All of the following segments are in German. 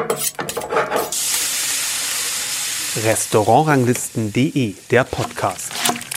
Restaurantranglisten.de, der Podcast.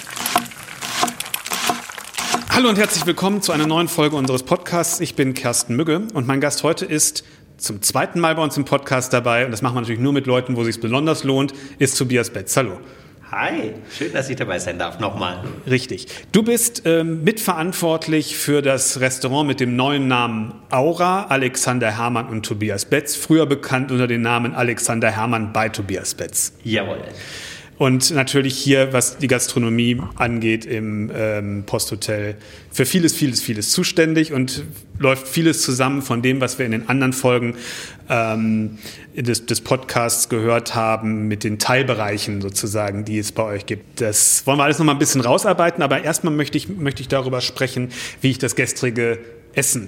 Hallo und herzlich willkommen zu einer neuen Folge unseres Podcasts. Ich bin Kersten Mügge und mein Gast heute ist zum zweiten Mal bei uns im Podcast dabei, und das machen wir natürlich nur mit Leuten, wo es sich besonders lohnt, ist Tobias Betz. Hallo. Hi, schön, dass ich dabei sein darf, nochmal. Richtig. Du bist mitverantwortlich für das Restaurant mit dem neuen Namen Aura, Alexander Herrmann und Tobias Betz, früher bekannt unter dem Namen Alexander Herrmann bei Tobias Betz. Jawohl. Und natürlich hier, was die Gastronomie angeht, im Posthotel für vieles zuständig und läuft vieles zusammen von dem, was wir in den anderen Folgen des Podcasts gehört haben, mit den Teilbereichen sozusagen, die es bei euch gibt. Das wollen wir alles noch mal ein bisschen rausarbeiten, aber erstmal möchte ich darüber sprechen, wie ich das gestrige Essen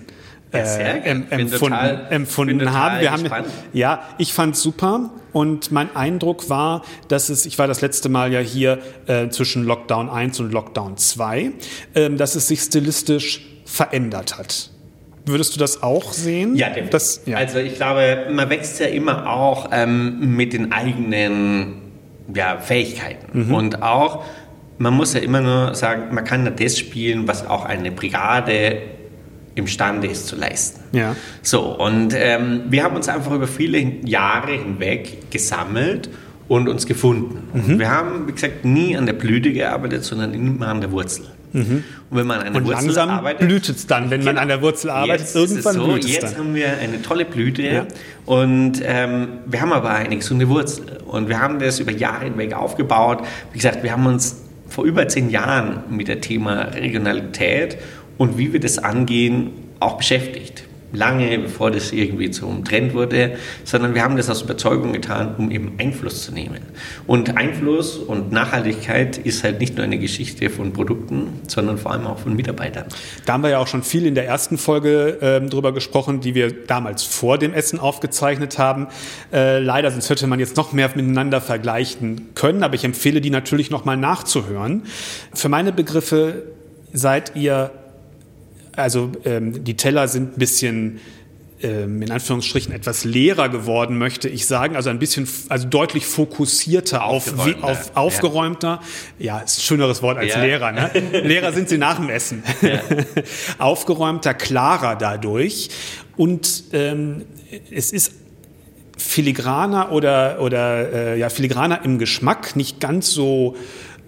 empfunden habe. Ich fand es super und mein Eindruck war, ich war das letzte Mal ja hier zwischen Lockdown 1 und Lockdown 2, dass es sich stilistisch verändert hat. Würdest du das auch sehen? Ja, definitiv. Also ich glaube, man wächst ja immer auch mit den eigenen Fähigkeiten. Und auch, man muss ja immer nur sagen, man kann ja das spielen, was auch eine Brigade imstande ist zu leisten. Ja. So, und wir haben uns einfach über viele Jahre hinweg gesammelt und uns gefunden. Und wir haben, wie gesagt, nie an der Blüte gearbeitet, sondern immer an der Wurzel. Und wenn man an der Wurzel langsam arbeitet, blüht es dann, wenn man an der Wurzel arbeitet, irgendwann blüht es dann. Jetzt haben wir eine tolle Blüte und wir haben aber eine gesunde Wurzel. Und wir haben das über Jahre hinweg aufgebaut. Wie gesagt, wir haben uns vor über 10 Jahren mit dem Thema Regionalität und wie wir das angehen, auch beschäftigt. Lange bevor das irgendwie zum Trend wurde, sondern wir haben das aus Überzeugung getan, um eben Einfluss zu nehmen. Und Einfluss und Nachhaltigkeit ist halt nicht nur eine Geschichte von Produkten, sondern vor allem auch von Mitarbeitern. Da haben wir ja auch schon viel in der ersten Folge drüber gesprochen, die wir damals vor dem Essen aufgezeichnet haben. Leider, sonst hätte man jetzt noch mehr miteinander vergleichen können, aber ich empfehle die natürlich noch mal nachzuhören. Für meine Begriffe seid ihr, also die Teller sind ein bisschen, in Anführungsstrichen, etwas leerer geworden, möchte ich sagen. Also ein bisschen, also deutlich fokussierter, aufgeräumter. Ja, ist ein schöneres Wort als Lehrer. Ne? Lehrer sind sie nach dem Essen. Ja. Aufgeräumter, klarer dadurch. Und es ist filigraner filigraner im Geschmack, nicht ganz so,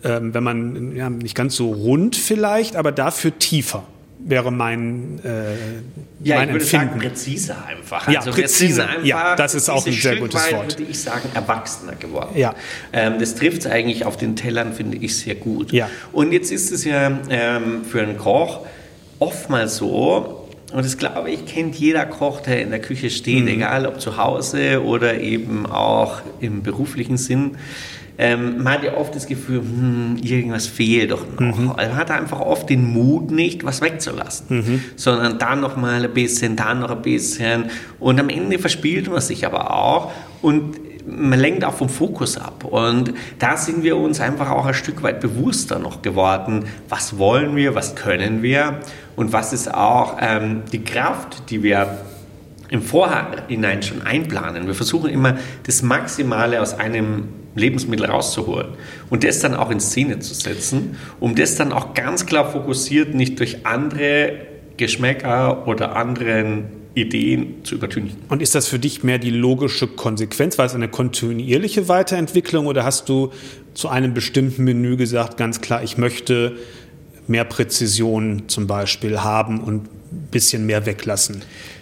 nicht ganz so rund vielleicht, aber dafür tiefer. Wäre mein ich würde Empfinden. sagen, präziser einfach. Ja, also präziser. Das ist auch ein sehr gutes Wort. Würde ich sagen, erwachsener geworden. Ja. Das trifft es eigentlich auf den Tellern, finde ich, sehr gut. Ja. Und jetzt ist es ja für einen Koch oftmals so, und das glaube ich, kennt jeder Koch, der in der Küche steht, egal ob zu Hause oder eben auch im beruflichen Sinn. Man hat ja oft das Gefühl, irgendwas fehlt doch noch. Man hat einfach oft den Mut nicht, was wegzulassen, sondern da noch mal ein bisschen, da noch ein bisschen. Und am Ende verspielt man sich aber auch und man lenkt auch vom Fokus ab. Und da sind wir uns einfach auch ein Stück weit bewusster noch geworden. Was wollen wir, was können wir und was ist auch die Kraft, die wir im Vorhinein schon einplanen. Wir versuchen immer, das Maximale aus einem Lebensmittel rauszuholen und das dann auch in Szene zu setzen, um das dann auch ganz klar fokussiert nicht durch andere Geschmäcker oder anderen Ideen zu übertünchen. Und ist das für dich mehr die logische Konsequenz? War es eine kontinuierliche Weiterentwicklung oder hast du zu einem bestimmten Menü gesagt, ganz klar, ich möchte mehr Präzision zum Beispiel haben und ein bisschen mehr weglassen?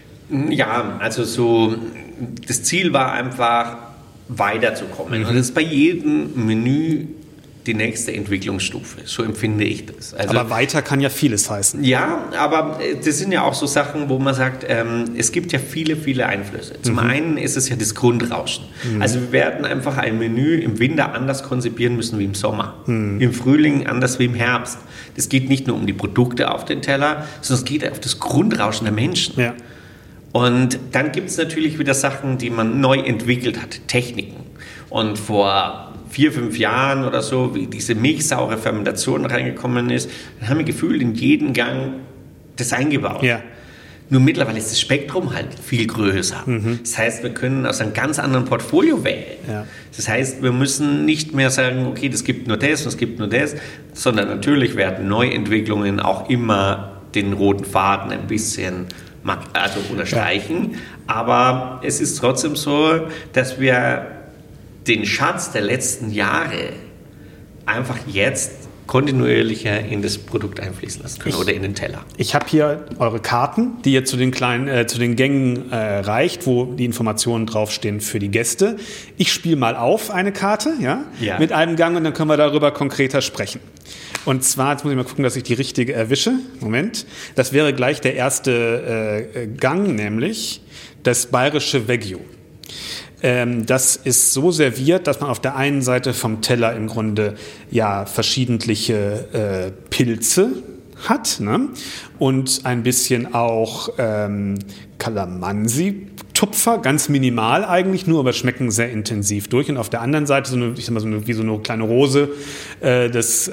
Ja, also das Ziel war einfach, weiterzukommen. Und das ist bei jedem Menü die nächste Entwicklungsstufe. So empfinde ich das. Also, aber weiter kann ja vieles heißen. Ja, aber das sind ja auch so Sachen, wo man sagt, es gibt ja viele Einflüsse. Zum einen ist es ja das Grundrauschen. Also wir werden einfach ein Menü im Winter anders konzipieren müssen wie im Sommer. Im Frühling anders wie im Herbst. Das geht nicht nur um die Produkte auf den Teller, sondern es geht auf das Grundrauschen der Menschen. Ja. Und dann gibt es natürlich wieder Sachen, die man neu entwickelt hat, Techniken. Und vor 4-5 Jahren oder so, wie diese milchsaure Fermentation reingekommen ist, dann haben wir gefühlt in jeden Gang das eingebaut. Ja. Nur mittlerweile ist das Spektrum halt viel größer. Das heißt, wir können aus einem ganz anderen Portfolio wählen. Ja. Das heißt, wir müssen nicht mehr sagen, okay, das gibt nur das und es gibt nur das, sondern natürlich werden Neuentwicklungen auch immer den roten Faden ein bisschen unterstreichen. Ja. Aber es ist trotzdem so, dass wir den Schatz der letzten Jahre einfach jetzt kontinuierlicher in das Produkt einfließen lassen können oder in den Teller. Ich habe hier eure Karten, die ihr zu den Gängen reicht, wo die Informationen draufstehen für die Gäste. Ich spiele mal auf eine Karte, mit einem Gang und dann können wir darüber konkreter sprechen. Und zwar, jetzt muss ich mal gucken, dass ich die richtige erwische. Moment. Das wäre gleich der erste Gang, nämlich das bayerische Wagyu. Das ist so serviert, dass man auf der einen Seite vom Teller im Grunde verschiedentliche Pilze hat, ne? Und ein bisschen auch Kalamansi-Tupfer, ganz minimal eigentlich nur, aber schmecken sehr intensiv durch. Und auf der anderen Seite wie so eine kleine Rose das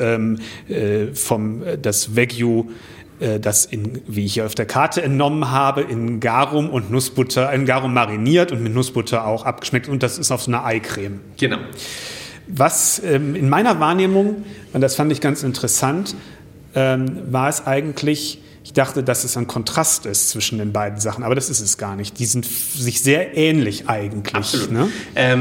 Wagyu, das wie ich hier auf der Karte entnommen habe, in Garum und Nussbutter, in Garum mariniert und mit Nussbutter auch abgeschmeckt. Und das ist auf so einer Eicreme. Genau. Was in meiner Wahrnehmung, und das fand ich ganz interessant, war es eigentlich, ich dachte, dass es ein Kontrast ist zwischen den beiden Sachen, aber das ist es gar nicht. Die sind sich sehr ähnlich eigentlich. Absolut. Ne?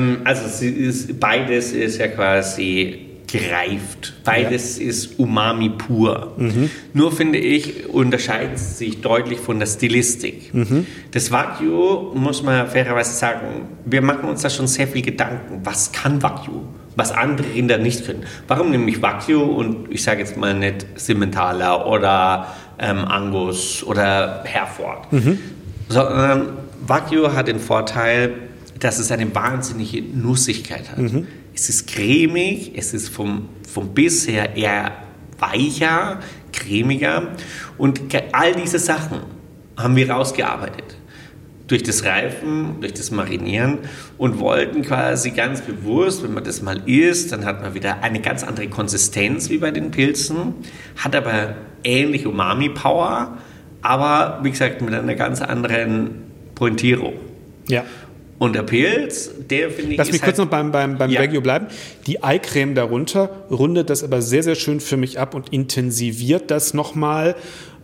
Beides ist ja quasi greift. Beides ist Umami pur. Nur finde ich, unterscheidet sich deutlich von der Stilistik. Das Wagyu, muss man fairerweise sagen, wir machen uns da schon sehr viel Gedanken. Was kann Wagyu? Was andere Rinder nicht können. Warum nämlich Wagyu und ich sage jetzt mal nicht Simmentaler oder Angus oder Hereford, sondern Wagyu hat den Vorteil, dass es eine wahnsinnige Nussigkeit hat. Es ist cremig, es ist vom Biss her eher weicher, cremiger und all diese Sachen haben wir rausgearbeitet. Durch das Reifen, durch das Marinieren und wollten quasi ganz bewusst, wenn man das mal isst, dann hat man wieder eine ganz andere Konsistenz wie bei den Pilzen, hat aber ähnlich Umami-Power, aber wie gesagt mit einer ganz anderen Pointierung. Ja. Und der Pilz, der finde ich... Lass mich kurz noch beim Wagyu bleiben. Die Eicreme darunter rundet das aber sehr, sehr schön für mich ab und intensiviert das nochmal,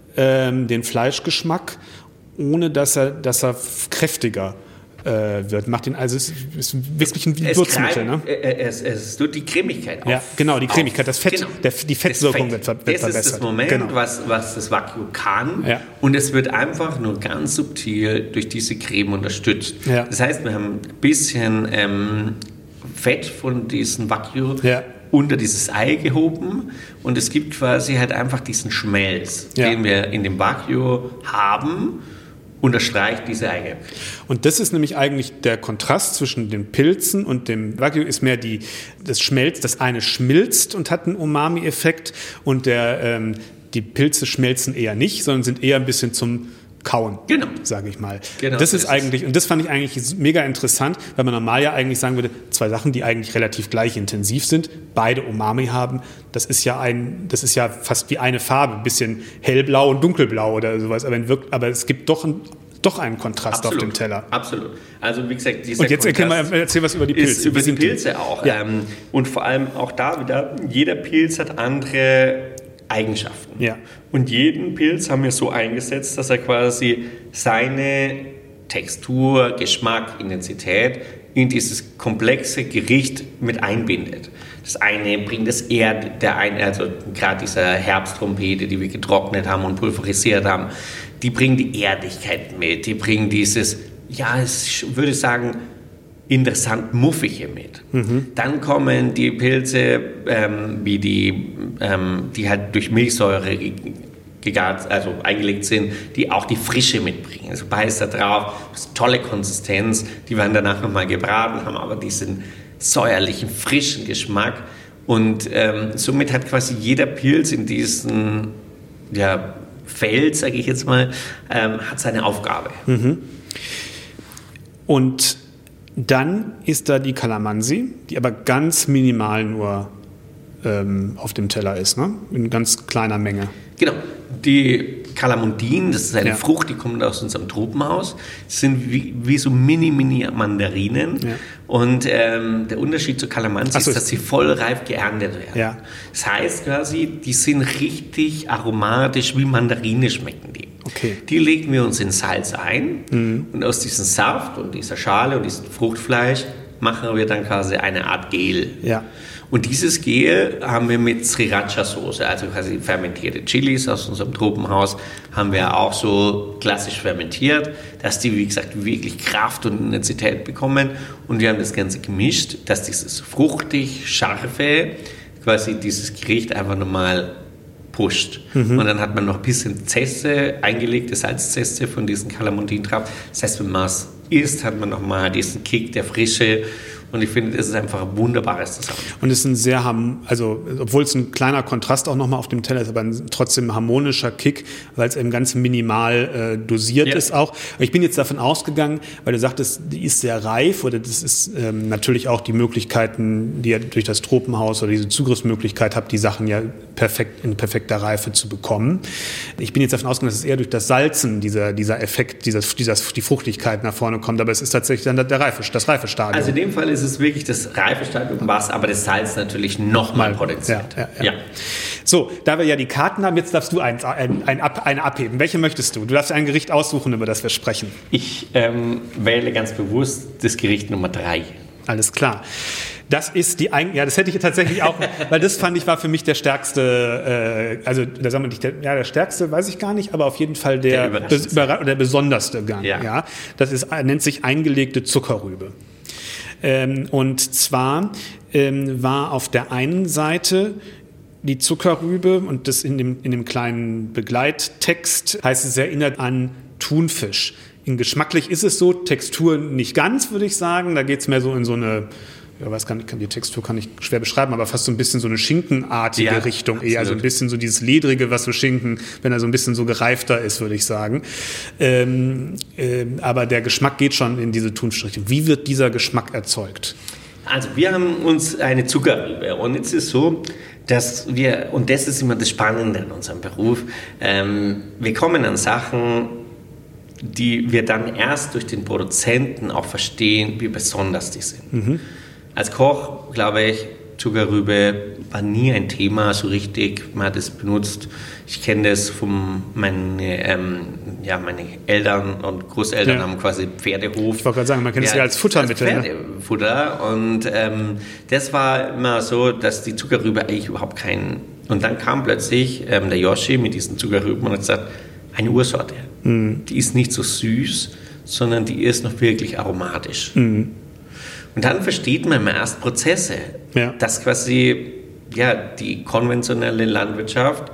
den Fleischgeschmack, ohne dass er kräftiger wird. Macht ihn, also es ist wirklich ein Würzmittel. Ne? Es tut die Cremigkeit auf. Ja, genau, die Cremigkeit, das Fett, genau. Die Fettwirkung wird verbessert. Das ist das Moment, was das Wagyu kann. Ja. Und es wird einfach nur ganz subtil durch diese Creme unterstützt. Ja. Das heißt, wir haben ein bisschen Fett von diesem Wagyu unter dieses Ei gehoben und es gibt quasi halt einfach diesen Schmelz, den wir in dem Wagyu haben, unterstreicht diese Eigelb. Und das ist nämlich eigentlich der Kontrast zwischen den Pilzen und dem Wagyu, ist mehr das Schmelz, das eine schmilzt und hat einen Umami-Effekt und die Pilze schmelzen eher nicht, sondern sind eher ein bisschen zum Kauen, sage ich mal. Genau, das ist eigentlich, und das fand ich eigentlich mega interessant, weil man normal ja eigentlich sagen würde, zwei Sachen, die eigentlich relativ gleich intensiv sind, beide Umami haben, das ist ja fast wie eine Farbe, ein bisschen hellblau und dunkelblau oder sowas, aber es gibt doch einen Kontrast auf dem Teller. Absolut. Also wie gesagt, dieser und jetzt erzähl was über die Pilze. Über die Pilze auch. Ja. Und vor allem auch da wieder, jeder Pilz hat andere Eigenschaften. Ja. Und jeden Pilz haben wir so eingesetzt, dass er quasi seine Textur, Geschmack, Intensität in dieses komplexe Gericht mit einbindet. Das eine bringt das also gerade dieser Herbsttrompete, die wir getrocknet haben und pulverisiert haben, die bringen die Erdigkeit mit, die bringen dieses, ich würde sagen, interessant Muffige mit. Dann kommen die Pilze, wie die halt durch Milchsäure gegart, also eingelegt sind, die auch die Frische mitbringen. Also beißt da drauf, das ist eine tolle Konsistenz, die werden danach nochmal gebraten, haben aber diesen säuerlichen, frischen Geschmack und somit hat quasi jeder Pilz in diesem Feld, sage ich jetzt mal, hat seine Aufgabe. Und dann ist da die Kalamansi, die aber ganz minimal nur auf dem Teller ist, ne? In ganz kleiner Menge. Genau. Die Kalamundin, das ist eine Frucht, die kommt aus unserem Tropenhaus. Das sind wie so Mini-Mandarinen. Ja. Und der Unterschied zu Kalamansi ist, dass sie voll reif geerntet werden. Ja. Das heißt quasi, die sind richtig aromatisch, wie Mandarine schmecken die. Okay. Die legen wir uns in Salz ein und aus diesem Saft und dieser Schale und diesem Fruchtfleisch machen wir dann quasi eine Art Gel. Ja. Und dieses Gel haben wir mit Sriracha-Soße, also quasi fermentierte Chilis aus unserem Tropenhaus, haben wir auch so klassisch fermentiert, dass die, wie gesagt, wirklich Kraft und Intensität bekommen. Und wir haben das Ganze gemischt, dass dieses fruchtig, scharfe, quasi dieses Gericht einfach nochmal pusht. Und dann hat man noch ein bisschen Zeste, eingelegte Salzzeste von diesem Kalamundin-Trauben. Das heißt, wenn man es isst, hat man nochmal diesen Kick der Frische. Und ich finde, es ist einfach ein wunderbares Zusammen. Und es ist ein sehr, obwohl es ein kleiner Kontrast auch nochmal auf dem Teller ist, aber trotzdem ein harmonischer Kick, weil es eben ganz minimal dosiert ist auch. Aber ich bin jetzt davon ausgegangen, weil du sagtest, die ist sehr reif, oder das ist natürlich auch die Möglichkeiten, die ihr durch das Tropenhaus oder diese Zugriffsmöglichkeit habt, die Sachen ja in perfekter Reife zu bekommen. Ich bin jetzt davon ausgegangen, dass es eher durch das Salzen dieser Effekt, die Fruchtigkeit nach vorne kommt, aber es ist tatsächlich dann das reife Stadium. Also in dem Fall ist es wirklich das reife Stadium, was aber das Salz natürlich nochmal potenziert. Ja. So, da wir ja die Karten haben, jetzt darfst du eine abheben. Welche möchtest du? Du darfst ein Gericht aussuchen, über das wir sprechen. Ich wähle ganz bewusst das Gericht Nummer 3. Alles klar. Das ist das hätte ich tatsächlich auch, weil das fand ich war für mich der stärkste, der stärkste, weiß ich gar nicht, aber auf jeden Fall der besonderste Gang. Ja. Das nennt sich eingelegte Zuckerrübe. Und zwar war auf der einen Seite die Zuckerrübe, und das in dem kleinen Begleittext heißt es, erinnert an Thunfisch. Geschmacklich ist es so, Textur nicht ganz, würde ich sagen. Da geht es mehr so in so eine, die Textur kann ich schwer beschreiben, aber fast so ein bisschen so eine schinkenartige Richtung eher. Also ein bisschen so dieses Ledrige, was so Schinken, wenn er so ein bisschen so gereifter ist, würde ich sagen. Aber der Geschmack geht schon in diese Thunfischrichtung. Wie wird dieser Geschmack erzeugt? Also wir haben uns eine Zuckerrübe, und jetzt ist so, dass wir, und das ist immer das Spannende in unserem Beruf, wir kommen an Sachen, die wir dann erst durch den Produzenten auch verstehen, wie besonders die sind. Als Koch, glaube ich, Zuckerrübe war nie ein Thema so richtig. Man hat es benutzt. Ich kenne das von meine Eltern und Großeltern haben quasi Pferdehof. Ich wollte gerade sagen, man kennt es ja als Futtermittel. Als Pferdefutter. Und das war immer so, dass die Zuckerrübe eigentlich überhaupt keinen... Und dann kam plötzlich der Yoshi mit diesen Zuckerrüben und hat gesagt, eine Ursorte. Die ist nicht so süß, sondern die ist noch wirklich aromatisch. Und dann versteht man im ersten Prozesse, dass quasi die konventionelle Landwirtschaft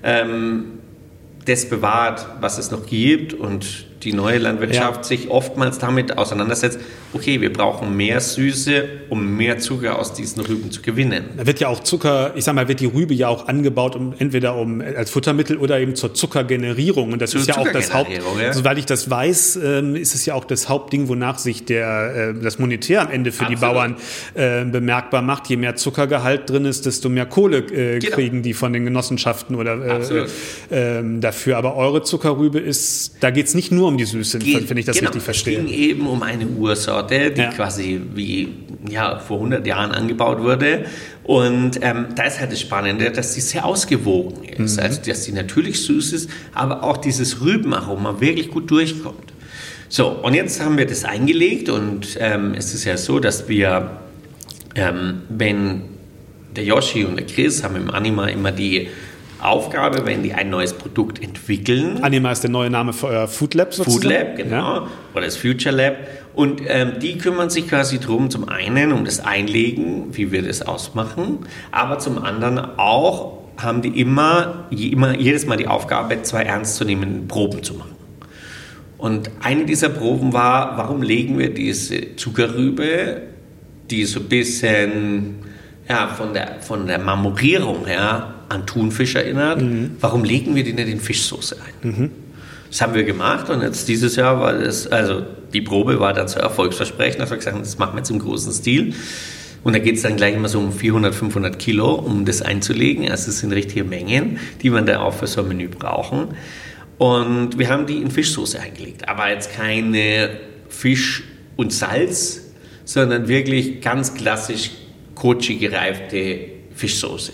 das bewahrt, was es noch gibt, und die neue Landwirtschaft sich oftmals damit auseinandersetzt, okay, wir brauchen mehr Süße, um mehr Zucker aus diesen Rüben zu gewinnen. Da wird ja auch Zucker, wird die Rübe ja auch angebaut, entweder als Futtermittel oder eben zur Zuckergenerierung. Und das ist ja auch das soweit ich das weiß, ist es ja auch das Hauptding, wonach sich das Monetär am Ende für die Bauern bemerkbar macht. Je mehr Zuckergehalt drin ist, desto mehr Kohle kriegen die von den Genossenschaften oder dafür. Aber eure Zuckerrübe da geht es nicht nur um die Süße, wenn ich das richtig verstehe. Es ging eben um eine Ursorte, die quasi vor 100 Jahren angebaut wurde. Und da ist halt das Spannende, dass sie sehr ausgewogen ist. Also, dass sie natürlich süß ist, aber auch dieses Rübenaroma wirklich gut durchkommt. So, und jetzt haben wir das eingelegt, und es ist ja so, dass wir, wenn der Yoshi und der Chris haben im Anima immer die Aufgabe, wenn die ein neues Produkt entwickeln. Anima ist der neue Name für euer Food Lab sozusagen? Food Lab, genau. Oder das Future Lab. Und die kümmern sich quasi darum, zum einen um das Einlegen, wie wir das ausmachen, aber zum anderen auch haben die jedes Mal die Aufgabe, 2 ernstzunehmende Proben zu machen. Und eine dieser Proben war, warum legen wir diese Zuckerrübe, die so ein bisschen von der Marmorierung her an Thunfisch erinnert, warum legen wir die nicht in Fischsoße ein? Das haben wir gemacht, und jetzt dieses Jahr war das, also die Probe war dann so erfolgsversprechend, dass wir gesagt haben, das machen wir jetzt im großen Stil. Und da geht es dann gleich immer so um 400, 500 Kilo, um das einzulegen. Also es sind richtige Mengen, die wir da auch für so ein Menü brauchen. Und wir haben die in Fischsoße eingelegt. Aber jetzt keine Fisch und Salz, sondern wirklich ganz klassisch Kochi gereifte Fischsoße.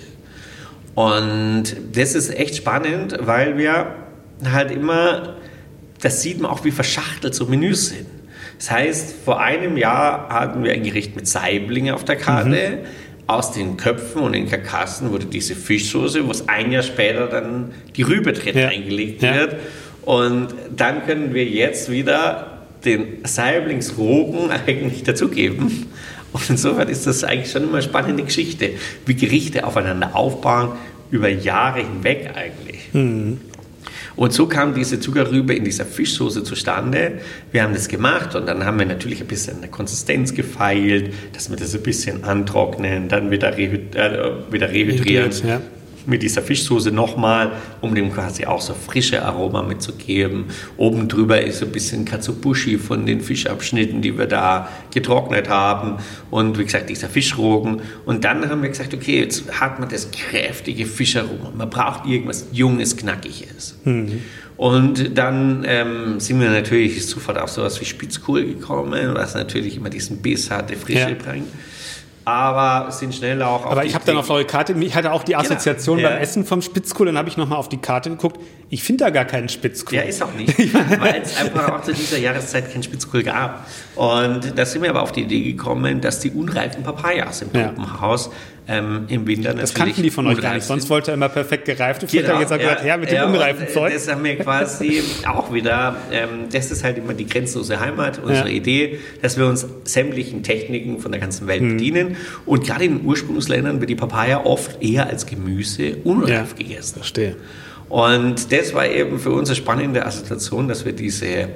Und das ist echt spannend, weil wir halt immer, das sieht man auch, wie verschachtelt so Menüs sind. Das heißt, vor einem Jahr hatten wir ein Gericht mit Saiblinge auf der Karte. Aus den Köpfen und den Karkassen wurde diese Fischsoße, wo es ein Jahr später dann die Rübe drin eingelegt wird. Und dann können wir jetzt wieder den Saiblingsrogen eigentlich dazugeben. Und insofern ist das eigentlich schon immer eine spannende Geschichte, wie Gerichte aufeinander aufbauen, über Jahre hinweg eigentlich. Und so kam diese Zuckerrübe in dieser Fischsoße zustande. Wir haben das gemacht und dann haben wir natürlich ein bisschen an der Konsistenz gefeilt, dass wir das ein bisschen antrocknen, dann wieder rehydrieren. Mit dieser Fischsoße nochmal, um dem quasi auch so frische Aroma mitzugeben. Oben drüber ist ein bisschen Katsuobushi von den Fischabschnitten, die wir da getrocknet haben. Und wie gesagt, dieser Fischrogen. Und dann haben wir gesagt, okay, jetzt hat man das kräftige Fischaroma. Man braucht irgendwas Junges, Knackiges. Und dann sind wir natürlich sofort auf sowas wie Spitzkohl gekommen, was natürlich immer diesen Biss hatte, Frische bringt. Aber sind schnell auch auf Aber ich habe dann auf eure Karte, ich hatte auch die Assoziation beim Essen vom Spitzkohl, dann habe ich nochmal auf die Karte geguckt. Ich finde da gar keinen Spitzkohl. Ja, ist auch nicht, weil es einfach auch zu dieser Jahreszeit keinen Spitzkohl gab. Und da sind wir aber auf die Idee gekommen, dass die unreifen Papayas im Truppenhaus im Winter natürlich. Das kannten die von euch gar nicht, sonst wollte er immer perfekt gereifte Futter. Jetzt hat er gesagt, mit dem unreifen Zeug. Das haben wir quasi auch wieder, das ist halt immer die grenzlose Heimat, unsere Idee, dass wir uns sämtlichen Techniken von der ganzen Welt bedienen. Und gerade in den Ursprungsländern wird die Papaya oft eher als Gemüse unreif gegessen. Verstehe. Und das war eben für uns eine spannende Assoziation, dass wir diesen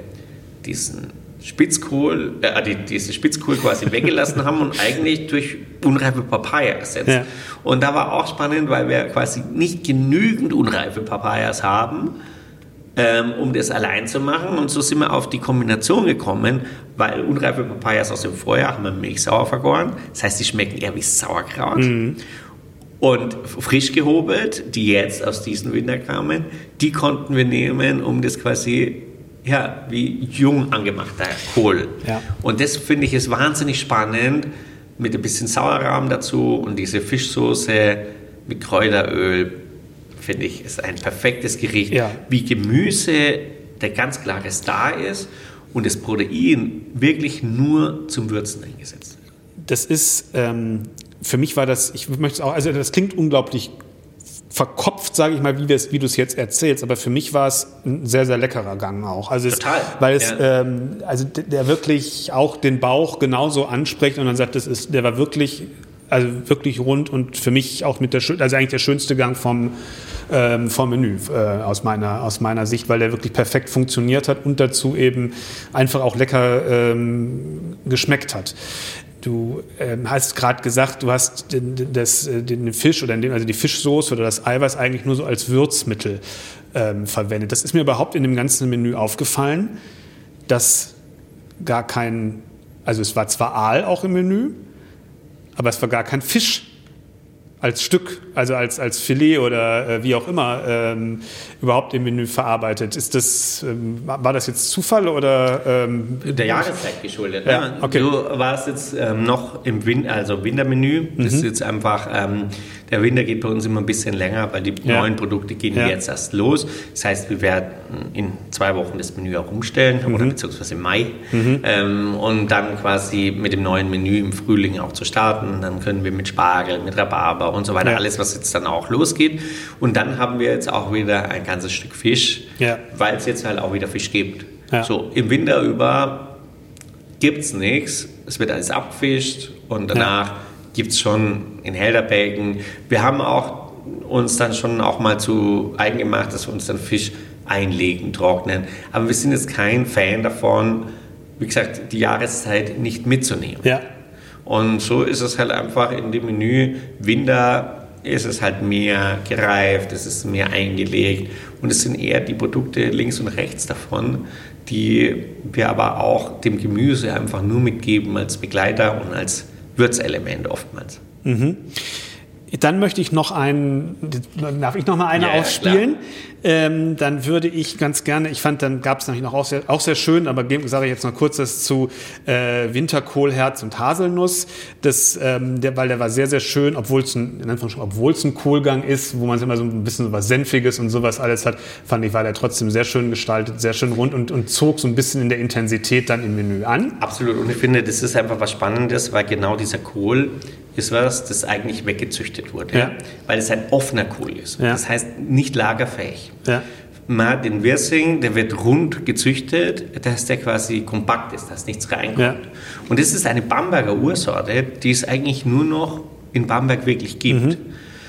Spitzkohl, diese Spitzkohl quasi weggelassen haben und eigentlich durch unreife Papaya ersetzt. Ja. Und da war auch spannend, weil wir quasi nicht genügend unreife Papayas haben, um das allein zu machen. Und so sind wir auf die Kombination gekommen, weil unreife Papayas aus dem Vorjahr haben wir milchsauer vergoren. Das heißt, die schmecken eher wie Sauerkraut. Und frisch gehobelt, die jetzt aus diesem Winter kamen, die konnten wir nehmen, um das quasi wie jung angemachter Kohl. Ja. Und das finde ich ist wahnsinnig spannend, mit ein bisschen Sauerrahm dazu und diese Fischsoße mit Kräuteröl, finde ich, ist ein perfektes Gericht. Ja. Wie Gemüse, der ganz klares da ist und das Protein wirklich nur zum Würzen eingesetzt wird. Das ist, für mich war das, ich möchte es auch, also das klingt unglaublich verkopft, sage ich mal, wie du es jetzt erzählst, aber für mich war es ein sehr, sehr leckerer Gang auch. Also total. Weil es, also der wirklich auch den Bauch genauso anspricht und dann sagt, der war wirklich, also wirklich rund und für mich auch also eigentlich der schönste Gang vom Menü aus meiner Sicht, weil der wirklich perfekt funktioniert hat und dazu eben einfach auch lecker geschmeckt hat. Du hast gerade gesagt, du hast den Fisch oder also die Fischsoße oder das Eiweiß eigentlich nur so als Würzmittel verwendet. Das ist mir überhaupt in dem ganzen Menü aufgefallen, dass gar kein, also es war zwar Aal auch im Menü, aber es war gar kein Fisch als Stück, also als Filet oder wie auch immer überhaupt im Menü verarbeitet. War das jetzt Zufall oder? Der Jahreszeit geschuldet. Ja, ne? okay. Du warst jetzt noch im Wintermenü. Das ist jetzt einfach, der Winter geht bei uns immer ein bisschen länger, weil die neuen Produkte gehen jetzt erst los. Das heißt, wir werden in 2 Wochen das Menü auch umstellen, oder beziehungsweise im Mai. Und dann quasi mit dem neuen Menü im Frühling auch zu starten. Dann können wir mit Spargel, mit Rhabarber und so weiter, alles, was jetzt dann auch losgeht. Und dann haben wir jetzt auch wieder ein ganzes Stück Fisch, weil es jetzt halt auch wieder Fisch gibt. Ja. So, im Winter über gibt es nichts. Es wird alles abgefischt und danach gibt es schon in Helderbergen. Wir haben auch uns dann schon auch mal zu eigen gemacht, dass wir uns dann Fisch einlegen, trocknen. Aber wir sind jetzt kein Fan davon, wie gesagt, die Jahreszeit nicht mitzunehmen. Ja. Und so ist es halt einfach in dem Menü. Winter ist es halt mehr gereift, es ist mehr eingelegt und es sind eher die Produkte links und rechts davon, die wir aber auch dem Gemüse einfach nur mitgeben als Begleiter und als Würzelement oftmals. Dann möchte ich noch darf ich noch mal eine aufspielen? Dann würde ich ganz gerne, ich fand, dann gab es natürlich noch auch sehr schön, aber sage ich jetzt noch kurz das zu Winterkohlherz und Haselnuss. Weil der war sehr, sehr schön, obwohl es ein Kohlgang ist, wo man immer so ein bisschen was Senfiges und sowas alles hat, fand ich, war der trotzdem sehr schön gestaltet, sehr schön rund und zog so ein bisschen in der Intensität dann im Menü an. Absolut. Und ich finde, das ist einfach was Spannendes, weil genau dieser Kohl ist was, das eigentlich weggezüchtet wurde, ja. Weil es ein offener Kohl ist. Ja. Das heißt, nicht lagerfähig. Ja. Den Wirsing, der wird rund gezüchtet, dass der quasi kompakt ist, dass nichts reinkommt. Ja. Und das ist eine Bamberger Ursorte, die es eigentlich nur noch in Bamberg wirklich gibt. Mhm.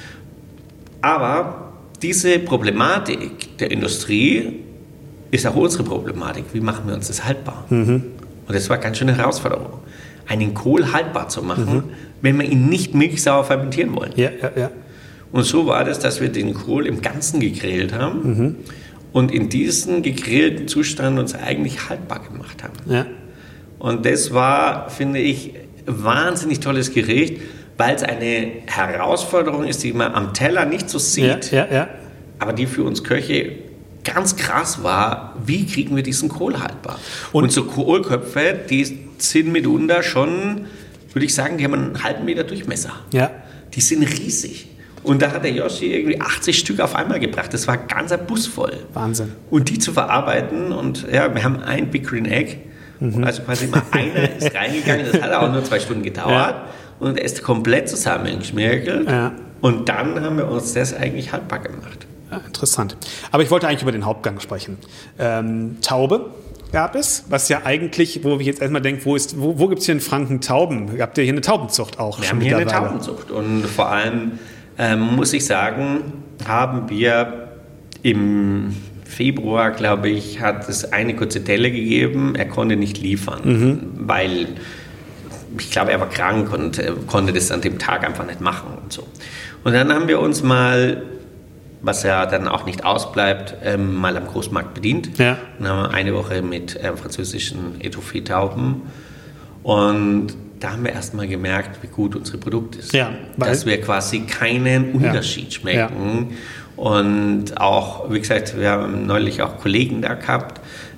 Aber diese Problematik der Industrie ist auch unsere Problematik. Wie machen wir uns das haltbar? Mhm. Und das war ganz schön eine Herausforderung, einen Kohl haltbar zu machen, wenn wir ihn nicht milchsauer fermentieren wollen. Ja, ja, ja. Und so war das, dass wir den Kohl im Ganzen gegrillt haben und in diesem gegrillten Zustand uns eigentlich haltbar gemacht haben. Ja. Und das war, finde ich, wahnsinnig tolles Gericht, weil es eine Herausforderung ist, die man am Teller nicht so sieht, aber die für uns Köche ganz krass war, wie kriegen wir diesen Kohl haltbar? Und so Kohlköpfe, die sind mitunter schon, würde ich sagen, die haben einen halben Meter Durchmesser. Ja. Die sind riesig. Und da hat der Yoshi irgendwie 80 Stück auf einmal gebracht. Das war ganz ein Bus voll. Wahnsinn. Und die zu verarbeiten und ja, wir haben ein Big Green Egg. Also quasi mal einer ist reingegangen, das hat auch nur 2 Stunden gedauert. Ja. Und er ist komplett zusammengeschmirgelt. Ja. Und dann haben wir uns das eigentlich haltbar gemacht. Ja, interessant. Aber ich wollte eigentlich über den Hauptgang sprechen. Taube gab es, was ja eigentlich, wo ich jetzt erstmal denke, wo gibt es hier in Franken Tauben? Habt ihr hier eine Taubenzucht auch? Wir haben hier eine Taubenzucht und vor allem muss ich sagen, haben wir im Februar, glaube ich, hat es eine kurze Delle gegeben. Er konnte nicht liefern, weil ich glaube, er war krank und konnte das an dem Tag einfach nicht machen und so. Und dann haben wir uns mal, was ja dann auch nicht ausbleibt, mal am Großmarkt bedient. Ja. Und haben eine Woche mit französischen Etouffee-Tauben. Und da haben wir erst mal gemerkt, wie gut unsere Produkte sind. Ja, dass wir quasi keinen Unterschied schmecken. Ja. Und auch, wie gesagt, wir haben neulich auch Kollegen da gehabt,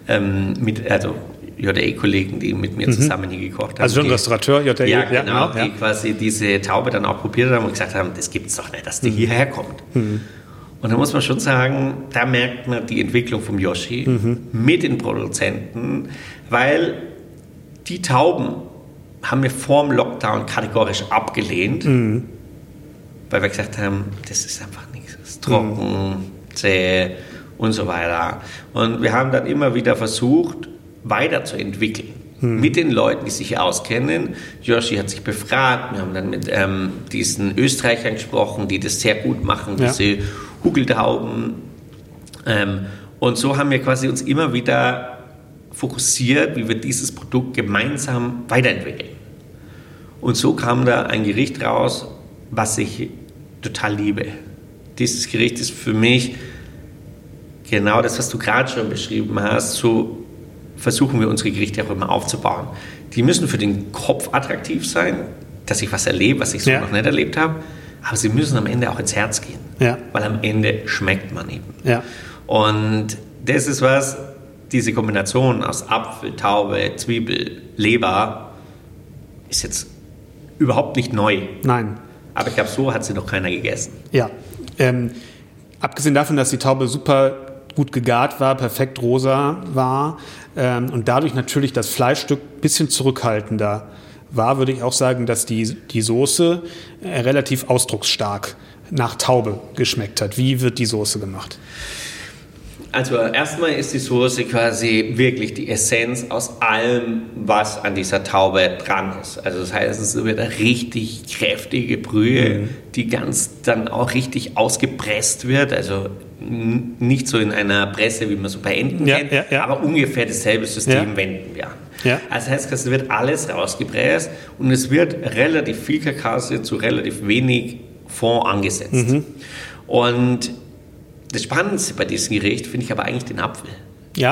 JDE-Kollegen, die mit mir zusammen hier gekocht haben. Also schon Restaurateur, JDE? Ja, genau, die quasi diese Taube dann auch probiert haben und gesagt haben, das gibt's doch nicht, dass die hierher kommt. Und da muss man schon sagen, da merkt man die Entwicklung vom Yoshi mit den Produzenten, weil die Tauben haben wir vor dem Lockdown kategorisch abgelehnt, weil wir gesagt haben, das ist einfach nichts, das ist trocken, zäh und so weiter. Und wir haben dann immer wieder versucht, weiterzuentwickeln mit den Leuten, die sich auskennen. Yoshi hat sich befragt, wir haben dann mit diesen Österreichern gesprochen, die das sehr gut machen, diese Hugeltauben. Und so haben wir quasi uns immer wieder fokussiert, wie wir dieses Produkt gemeinsam weiterentwickeln. Und so kam da ein Gericht raus, was ich total liebe. Dieses Gericht ist für mich genau das, was du gerade schon beschrieben hast. So versuchen wir unsere Gerichte auch immer aufzubauen. Die müssen für den Kopf attraktiv sein, dass ich was erlebe, was ich so noch nicht erlebt habe. Aber sie müssen am Ende auch ins Herz gehen, weil am Ende schmeckt man eben. Ja. Und das ist was, diese Kombination aus Apfel, Taube, Zwiebel, Leber ist jetzt überhaupt nicht neu. Nein. Aber ich glaube, so hat sie noch keiner gegessen. Ja. Abgesehen davon, dass die Taube super gut gegart war, perfekt rosa war und dadurch natürlich das Fleischstück ein bisschen zurückhaltender war, würde ich auch sagen, dass die Soße relativ ausdrucksstark nach Taube geschmeckt hat. Wie wird die Soße gemacht? Also erstmal ist die Soße quasi wirklich die Essenz aus allem, was an dieser Taube dran ist. Also das heißt, es wird eine richtig kräftige Brühe, die ganz dann auch richtig ausgepresst wird. Also nicht so in einer Presse, wie man so bei Enten kennt, aber ungefähr dasselbe System wenden wir an. Ja. Also das heißt, es wird alles rausgepresst und es wird relativ viel Karkasse zu relativ wenig Fond angesetzt. Und das Spannendste bei diesem Gericht finde ich aber eigentlich den Apfel. Ja,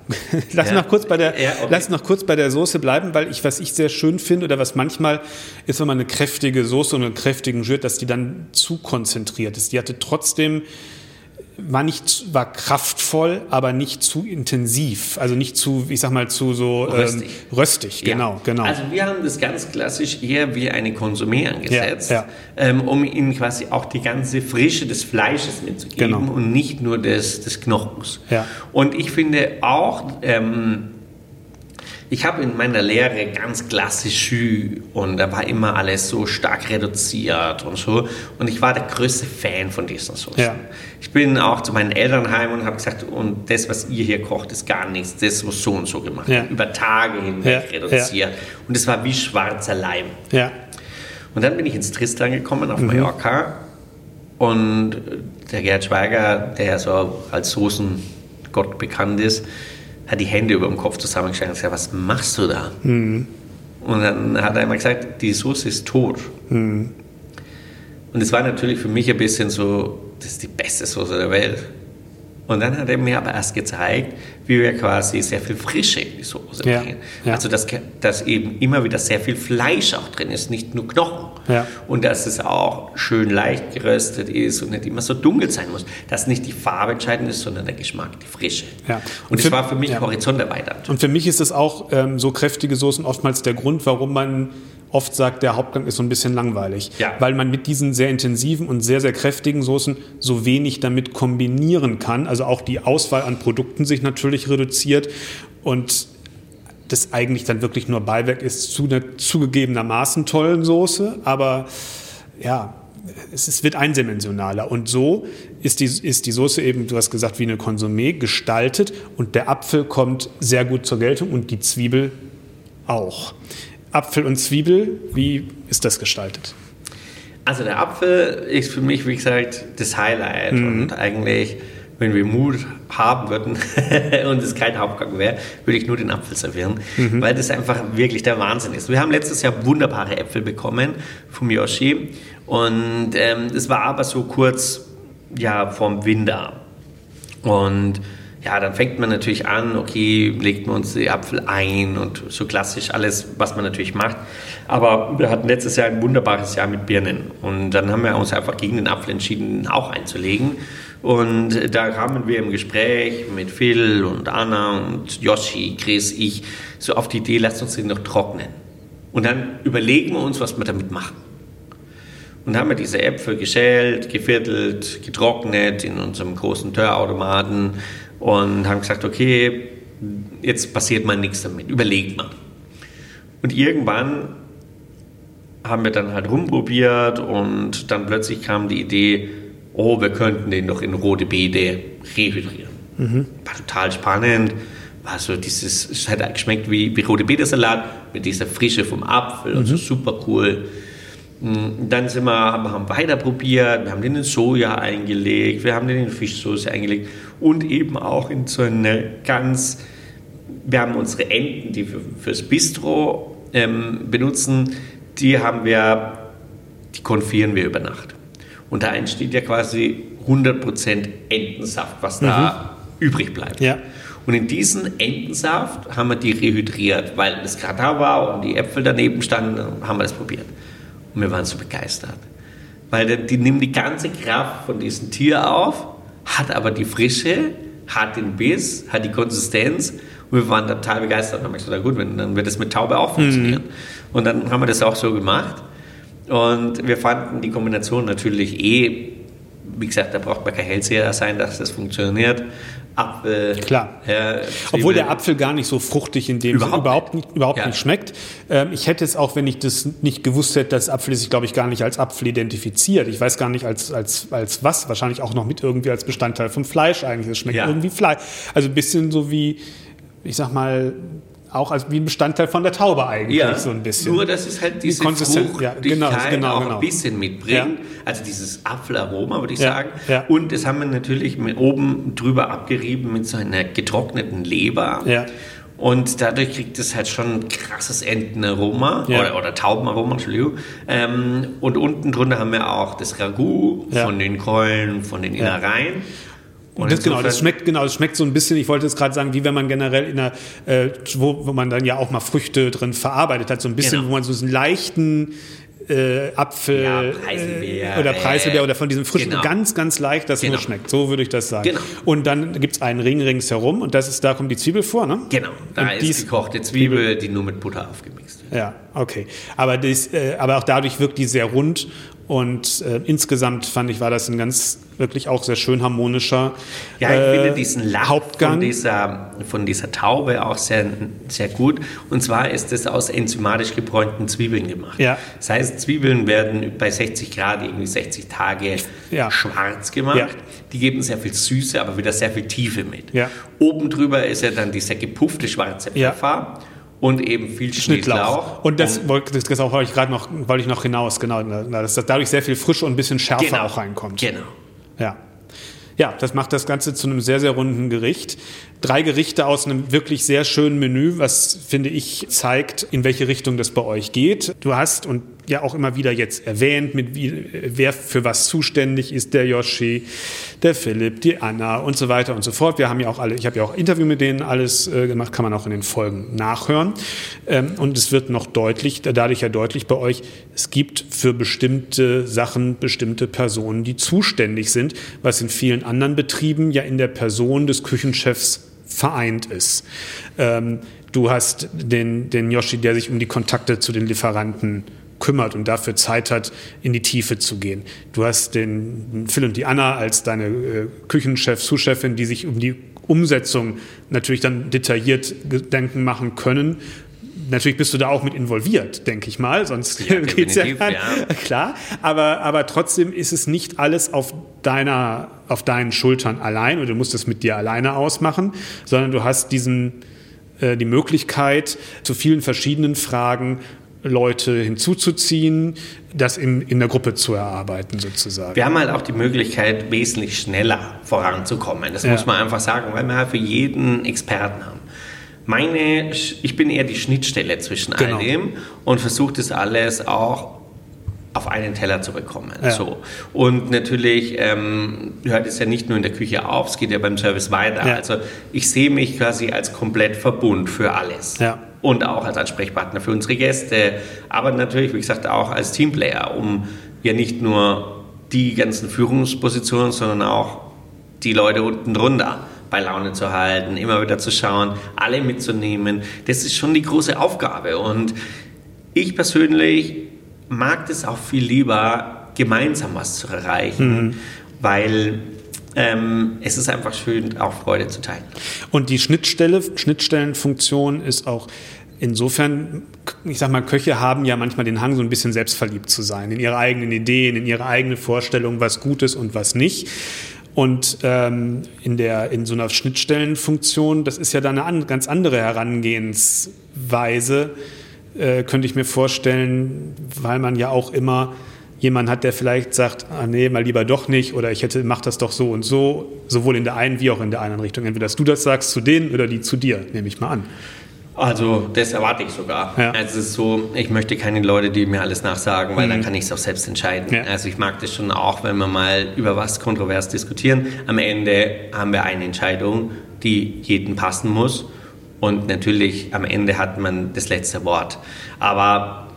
Lass noch kurz bei der Soße bleiben, weil was ich sehr schön finde oder was manchmal ist, wenn man eine kräftige Soße und einen kräftigen Jus, dass die dann zu konzentriert ist. Die hatte trotzdem, war kraftvoll, aber nicht zu intensiv. Also nicht zu, ich sag mal, zu so röstig. Genau. Also wir haben das ganz klassisch eher wie eine Konsumé angesetzt, um ihnen quasi auch die ganze Frische des Fleisches mitzugeben und nicht nur des Knochens. Ja. Und ich finde auch, ich habe in meiner Lehre ganz klassisch Jus und da war immer alles so stark reduziert und so. Und ich war der größte Fan von diesen Soßen. Ja. Ich bin auch zu meinen Eltern heim und habe gesagt, und das, was ihr hier kocht, ist gar nichts. Das muss so und so gemacht werden. Über Tage hinweg reduziert. Ja. Und es war wie schwarzer Leim. Ja. Und dann bin ich ins Tristan gekommen auf Mallorca. Und der Gerd Schweiger, der so als Soßengott bekannt ist, hat die Hände über dem Kopf zusammengeschlagen und gesagt, was machst du da? Und dann hat er immer gesagt, die Soße ist tot. Und es war natürlich für mich ein bisschen so, das ist die beste Soße der Welt. Und dann hat er mir aber erst gezeigt, wie wir quasi sehr viel Frische in die Soße bringen. Ja. Also dass eben immer wieder sehr viel Fleisch auch drin ist, nicht nur Knochen. Ja. Und dass es auch schön leicht geröstet ist und nicht immer so dunkel sein muss. Dass nicht die Farbe entscheidend ist, sondern der Geschmack, die Frische. Ja. Und das war für mich Horizont erweitert. Und für mich ist es auch so kräftige Soßen oftmals der Grund, warum man oft sagt, der Hauptgang ist so ein bisschen langweilig, weil man mit diesen sehr intensiven und sehr, sehr kräftigen Soßen so wenig damit kombinieren kann. Also auch die Auswahl an Produkten sich natürlich reduziert und das eigentlich dann wirklich nur Beiwerk ist zu einer zugegebenermaßen tollen Soße, aber ja, es wird eindimensionaler und so ist die Soße eben, du hast gesagt, wie eine Konsumé gestaltet und der Apfel kommt sehr gut zur Geltung und die Zwiebel auch. Apfel und Zwiebel, wie ist das gestaltet? Also der Apfel ist für mich, wie gesagt, das Highlight. Und eigentlich, wenn wir Mut haben würden und es kein Hauptgang wäre, würde ich nur den Apfel servieren, weil das einfach wirklich der Wahnsinn ist. Wir haben letztes Jahr wunderbare Äpfel bekommen vom Yoshi und es war aber so kurz vorm Winter. Und ja, dann fängt man natürlich an, okay, legt man uns die Apfel ein und so klassisch alles, was man natürlich macht. Aber wir hatten letztes Jahr ein wunderbares Jahr mit Birnen. Und dann haben wir uns einfach gegen den Apfel entschieden, auch einzulegen. Und da kamen wir im Gespräch mit Phil und Anna und Yoshi, Chris, ich, so auf die Idee, lasst uns den noch trocknen. Und dann überlegen wir uns, was wir damit machen. Und dann haben wir diese Äpfel geschält, geviertelt, getrocknet in unserem großen Törautomaten und haben gesagt, okay, jetzt passiert mal nichts damit, überlegt mal. Und irgendwann haben wir dann halt rumprobiert und dann plötzlich kam die Idee, wir könnten den doch in rote Beete rehydrieren. War total spannend, war so es hat geschmeckt wie rote Beete-Salat mit dieser Frische vom Apfel und so super cool. Dann haben weiter probiert, wir haben den in Soja eingelegt, wir haben den in Fischsoße eingelegt und eben auch in so eine wir haben unsere Enten, die wir fürs Bistro benutzen, die konfieren wir über Nacht. Und da entsteht ja quasi 100% Entensaft, was da übrig bleibt. Ja. Und in diesen Entensaft haben wir die rehydriert, weil das gerade da war und die Äpfel daneben standen, haben wir das probiert. Und wir waren so begeistert. Weil die nimmt die ganze Kraft von diesem Tier auf, hat aber die Frische, hat den Biss, hat die Konsistenz. Und wir waren total begeistert. Und dann habe ich gesagt, gut, dann wird das mit Taube auch funktionieren. Und dann haben wir das auch so gemacht. Und wir fanden die Kombination natürlich wie gesagt, da braucht man kein Hellseher sein, dass das funktioniert. Apfel. Klar. Obwohl der Apfel gar nicht so fruchtig in dem Sinne überhaupt nicht schmeckt. Ich hätte es auch, wenn ich das nicht gewusst hätte, dass Apfel ist, glaube ich, gar nicht als Apfel identifiziert. Ich weiß gar nicht als was. Wahrscheinlich auch noch mit irgendwie als Bestandteil vom Fleisch eigentlich. Es schmeckt irgendwie Fleisch. Also ein bisschen so wie, ich sag mal, auch wie ein Bestandteil von der Taube eigentlich, so ein bisschen. Nur, dass es halt diese Fruchtigkeit auch ein bisschen mitbringt. Ja. Also dieses Apfelaroma, würde ich sagen. Ja. Und das haben wir natürlich oben drüber abgerieben mit so einer getrockneten Leber. Ja. Und dadurch kriegt es halt schon ein krasses Entenaroma oder Taubenaroma, Entschuldigung. Und unten drunter haben wir auch das Ragout von den Keulen, von den Innereien. Und das schmeckt so ein bisschen, ich wollte jetzt gerade sagen, wie wenn man generell in einer, wo man dann ja auch mal Früchte drin verarbeitet hat, so ein bisschen, wo man so einen leichten Apfel oder Preiselbeer oder von diesem frischen, ganz, ganz leicht das nur schmeckt. So würde ich das sagen. Genau. Und dann gibt es einen Ring ringsherum und da kommt die Zwiebel vor, ne? Genau, da ist gekochte Zwiebel, die nur mit Butter aufgemixt wird. Ja, okay. Aber auch dadurch wirkt die sehr rund und insgesamt fand ich, war das ein ganz, wirklich auch sehr schön harmonischer Ja, ich finde diesen Lack Hauptgang von dieser Taube auch sehr, sehr gut. Und zwar ist es aus enzymatisch gebräunten Zwiebeln gemacht. Ja. Das heißt, Zwiebeln werden bei 60 Grad irgendwie 60 Tage schwarz gemacht. Ja. Die geben sehr viel Süße, aber wieder sehr viel Tiefe mit. Ja. Oben drüber ist ja dann dieser gepuffte schwarze Pfeffer. Und eben viel Schnittlauch. Und das wollte ich noch hinaus, genau, dass dadurch sehr viel Frische und ein bisschen Schärfe auch reinkommt. Genau. Ja, das macht das Ganze zu einem sehr, sehr runden Gericht. 3 Gerichte aus einem wirklich sehr schönen Menü, was, finde ich, zeigt, in welche Richtung das bei euch geht. Du hast und ja auch immer wieder jetzt erwähnt, wer für was zuständig ist, der Yoshi, der Philipp, die Anna und so weiter und so fort. Wir haben ja auch ich habe ja auch Interview mit denen alles gemacht, kann man auch in den Folgen nachhören. Und es wird noch dadurch deutlich bei euch, es gibt für bestimmte Sachen bestimmte Personen, die zuständig sind, was in vielen anderen Betrieben ja in der Person des Küchenchefs vereint ist. Du hast den Yoshi, der sich um die Kontakte zu den Lieferanten kümmert und dafür Zeit hat, in die Tiefe zu gehen. Du hast den Phil und die Anna als deine Küchenchef, Sous-Chefin, die sich um die Umsetzung natürlich dann detailliert Gedanken machen können. Natürlich bist du da auch mit involviert, denke ich mal, sonst geht's ja nicht. Klar, aber trotzdem ist es nicht alles auf deinen Schultern allein oder du musst es mit dir alleine ausmachen, sondern du hast die Möglichkeit, zu vielen verschiedenen Fragen Leute hinzuzuziehen, das in der Gruppe zu erarbeiten sozusagen. Wir haben halt auch die Möglichkeit, wesentlich schneller voranzukommen. Das muss man einfach sagen, weil wir halt für jeden Experten haben. Ich bin eher die Schnittstelle zwischen all dem und versuche das alles auch auf einen Teller zu bekommen. Ja. So. Und natürlich hört es ja nicht nur in der Küche auf, es geht ja beim Service weiter. Ja. Also ich sehe mich quasi als Komplettverbund für alles. Ja. Und auch als Ansprechpartner für unsere Gäste, aber natürlich, wie gesagt, auch als Teamplayer, um ja nicht nur die ganzen Führungspositionen, sondern auch die Leute unten drunter bei Laune zu halten, immer wieder zu schauen, alle mitzunehmen. Das ist schon die große Aufgabe. Und ich persönlich mag das auch viel lieber, gemeinsam was zu erreichen, weil es ist einfach schön, auch Freude zu teilen. Und die Schnittstellenfunktion ist auch insofern, ich sag mal, Köche haben ja manchmal den Hang, so ein bisschen selbstverliebt zu sein, in ihre eigenen Ideen, in ihre eigene Vorstellung, was gut ist und was nicht. Und in so einer Schnittstellenfunktion, das ist ja dann eine ganz andere Herangehensweise, könnte ich mir vorstellen, weil man ja auch immer jemand hat, der vielleicht sagt, nee, mal lieber doch nicht oder mach das doch so und so, sowohl in der einen wie auch in der anderen Richtung. Entweder dass du das sagst zu denen oder die zu dir, nehme ich mal an. Also das erwarte ich sogar. Ja. Also es ist so, ich möchte keine Leute, die mir alles nachsagen, weil dann kann ich es auch selbst entscheiden. Ja. Also ich mag das schon auch, wenn wir mal über was kontrovers diskutieren. Am Ende haben wir eine Entscheidung, die jedem passen muss. Und natürlich am Ende hat man das letzte Wort. Aber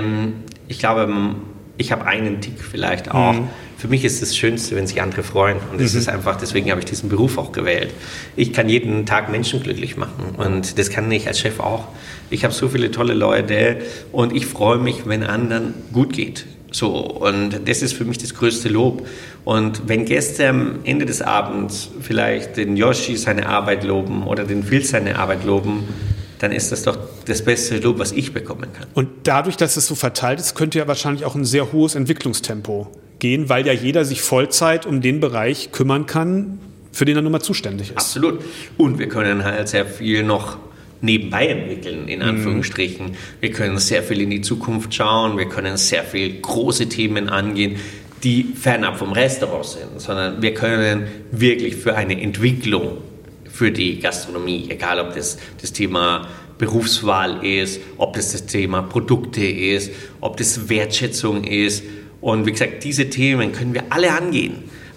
ich glaube, ich habe einen Tick vielleicht auch. Für mich ist das Schönste, wenn sich andere freuen. Und das ist einfach, deswegen habe ich diesen Beruf auch gewählt. Ich kann jeden Tag Menschen glücklich machen. Und das kann ich als Chef auch. Ich habe so viele tolle Leute und ich freue mich, wenn anderen gut geht. So, und das ist für mich das größte Lob. Und wenn Gäste am Ende des Abends vielleicht den Yoshi seine Arbeit loben oder den Phil seine Arbeit loben, dann ist das doch das beste Lob, was ich bekommen kann. Und dadurch, dass es so verteilt ist, könnte ja wahrscheinlich auch ein sehr hohes Entwicklungstempo gehen, weil ja jeder sich Vollzeit um den Bereich kümmern kann, für den er nun mal zuständig ist. Absolut. Und wir können halt sehr viel noch nebenbei entwickeln, in Anführungsstrichen. Wir können sehr viel in die Zukunft schauen, wir können sehr viel große Themen angehen, die fernab vom Restaurant sind, sondern wir können wirklich für eine Entwicklung für die Gastronomie, egal ob das Thema Berufswahl ist, ob das Thema Produkte ist, ob das Wertschätzung ist. Und wie gesagt, diese Themen können wir alle angehen,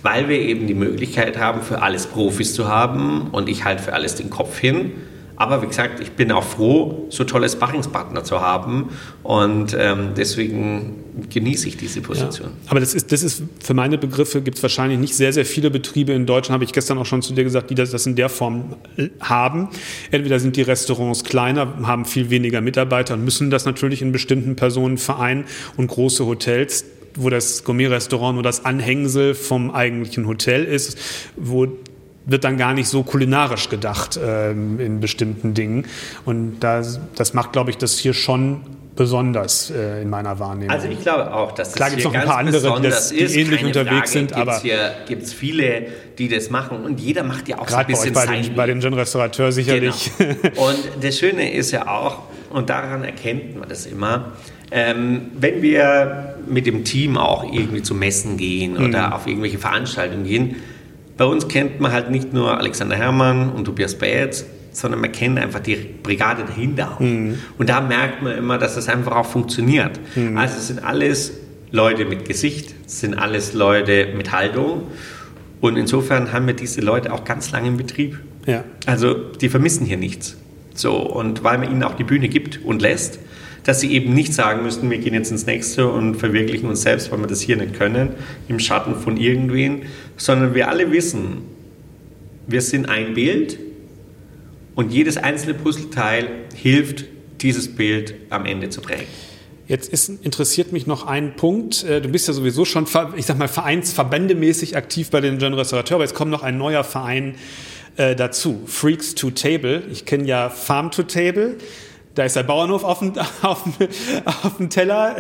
weil wir eben die Möglichkeit haben, für alles Profis zu haben und ich halt für alles den Kopf hin. Aber wie gesagt, ich bin auch froh, so tolle Sparringspartner zu haben und deswegen genieße ich diese Position. Ja, aber das ist für meine Begriffe, gibt es wahrscheinlich nicht sehr, sehr viele Betriebe in Deutschland, habe ich gestern auch schon zu dir gesagt, die das in der Form haben. Entweder sind die Restaurants kleiner, haben viel weniger Mitarbeiter und müssen das natürlich in bestimmten Personen vereinen, und große Hotels, wo das Gourmet-Restaurant nur das Anhängsel vom eigentlichen Hotel ist, wo wird dann gar nicht so kulinarisch gedacht in bestimmten Dingen. Und das macht, glaube ich, das hier schon besonders in meiner Wahrnehmung. Also ich glaube auch, dass das hier ganz besonders ist. Die ähnlich unterwegs sind. Aber gibt es viele, die das machen, und jeder macht ja auch so ein bisschen bei dem Jeune Restaurateur sicherlich. Genau. Und das Schöne ist ja auch, und daran erkennt man das immer, wenn wir mit dem Team auch irgendwie zu Messen gehen oder auf irgendwelche Veranstaltungen gehen, bei uns kennt man halt nicht nur Alexander Herrmann und Tobias Baetz, sondern man kennt einfach die Brigade dahinter. Und da merkt man immer, dass das einfach auch funktioniert. Also es sind alles Leute mit Gesicht, es sind alles Leute mit Haltung. Und insofern haben wir diese Leute auch ganz lange im Betrieb. Ja. Also die vermissen hier nichts. So, und weil man ihnen auch die Bühne gibt und lässt, dass sie eben nicht sagen müssen, wir gehen jetzt ins Nächste und verwirklichen uns selbst, weil wir das hier nicht können, im Schatten von irgendwen, sondern wir alle wissen, wir sind ein Bild und jedes einzelne Puzzleteil hilft, dieses Bild am Ende zu prägen. Jetzt interessiert mich noch ein Punkt. Du bist ja sowieso schon, ich sag mal, vereinsverbändemäßig aktiv bei den Jeune Restaurateurs, aber jetzt kommt noch ein neuer Verein dazu, Freaks to Table. Ich kenne ja Farm to Table. Da ist der Bauernhof auf dem Teller.